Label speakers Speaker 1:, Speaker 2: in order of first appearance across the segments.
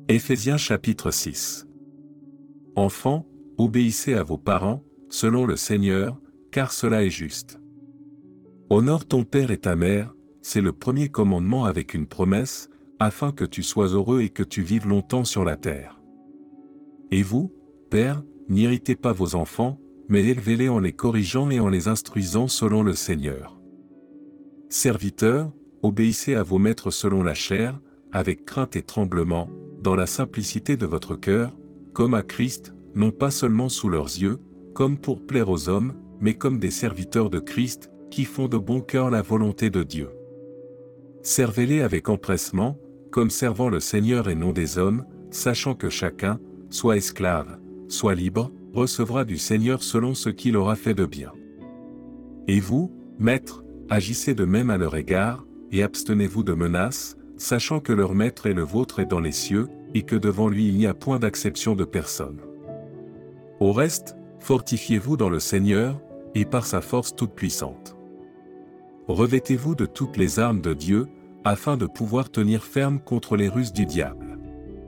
Speaker 1: Éphésiens chapitre 6. Enfants, obéissez à vos parents, selon le Seigneur, car cela est juste. Honore ton père et ta mère, c'est le premier commandement avec une promesse, afin que tu sois heureux et que tu vives longtemps sur la terre. Et vous, pères, n'irritez pas vos enfants, mais élevez-les en les corrigeant et en les instruisant selon le Seigneur. Serviteurs, obéissez à vos maîtres selon la chair, avec crainte et tremblement, dans la simplicité de votre cœur, comme à Christ, non pas seulement sous leurs yeux, comme pour plaire aux hommes, mais comme des serviteurs de Christ, qui font de bon cœur la volonté de Dieu. Servez-les avec empressement, comme servant le Seigneur et non des hommes, sachant que chacun, soit esclave, soit libre, recevra du Seigneur selon ce qu'il aura fait de bien. Et vous, maîtres, agissez de même à leur égard, et abstenez-vous de menaces, sachant que leur maître et le vôtre est dans les cieux, et que devant lui il n'y a point d'acception de personne. Au reste, fortifiez-vous dans le Seigneur, et par sa force toute puissante. Revêtez-vous de toutes les armes de Dieu, afin de pouvoir tenir ferme contre les ruses du diable.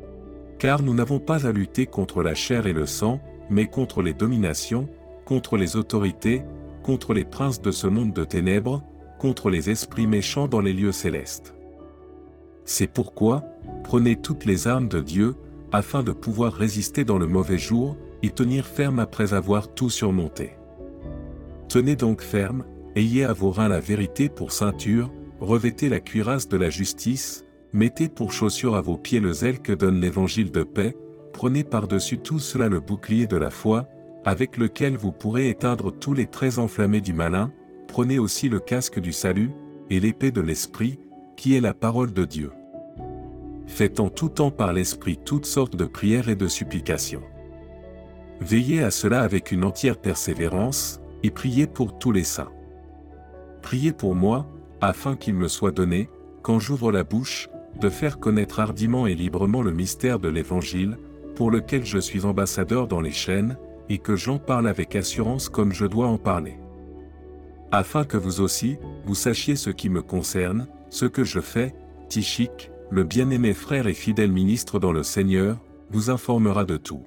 Speaker 1: Car nous n'avons pas à lutter contre la chair et le sang, mais contre les dominations, contre les autorités, contre les princes de ce monde de ténèbres, contre les esprits méchants dans les lieux célestes. C'est pourquoi, prenez toutes les armes de Dieu, afin de pouvoir résister dans le mauvais jour, et tenir ferme après avoir tout surmonté. Tenez donc ferme, ayez à vos reins la vérité pour ceinture, revêtez la cuirasse de la justice, mettez pour chaussure à vos pieds le zèle que donne l'évangile de paix, prenez par-dessus tout cela le bouclier de la foi, avec lequel vous pourrez éteindre tous les traits enflammés du malin, prenez aussi le casque du salut, et l'épée de l'Esprit, qui est la parole de Dieu. Faites en tout temps par l'Esprit toutes sortes de prières et de supplications. Veillez à cela avec une entière persévérance, et priez pour tous les saints. Priez pour moi, afin qu'il me soit donné, quand j'ouvre la bouche, de faire connaître hardiment et librement le mystère de l'Évangile, pour lequel je suis ambassadeur dans les chaînes, et que j'en parle avec assurance comme je dois en parler. Afin que vous aussi, vous sachiez ce qui me concerne, ce que je fais, Tychik, le bien-aimé frère et fidèle ministre dans le Seigneur, vous informera de tout.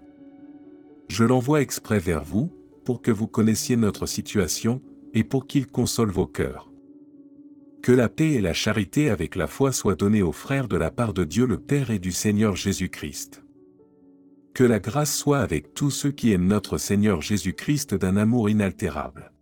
Speaker 1: Je l'envoie exprès vers vous, pour que vous connaissiez notre situation, et pour qu'il console vos cœurs. Que la paix et la charité avec la foi soient données aux frères de la part de Dieu le Père et du Seigneur Jésus-Christ. Que la grâce soit avec tous ceux qui aiment notre Seigneur Jésus-Christ d'un amour inaltérable.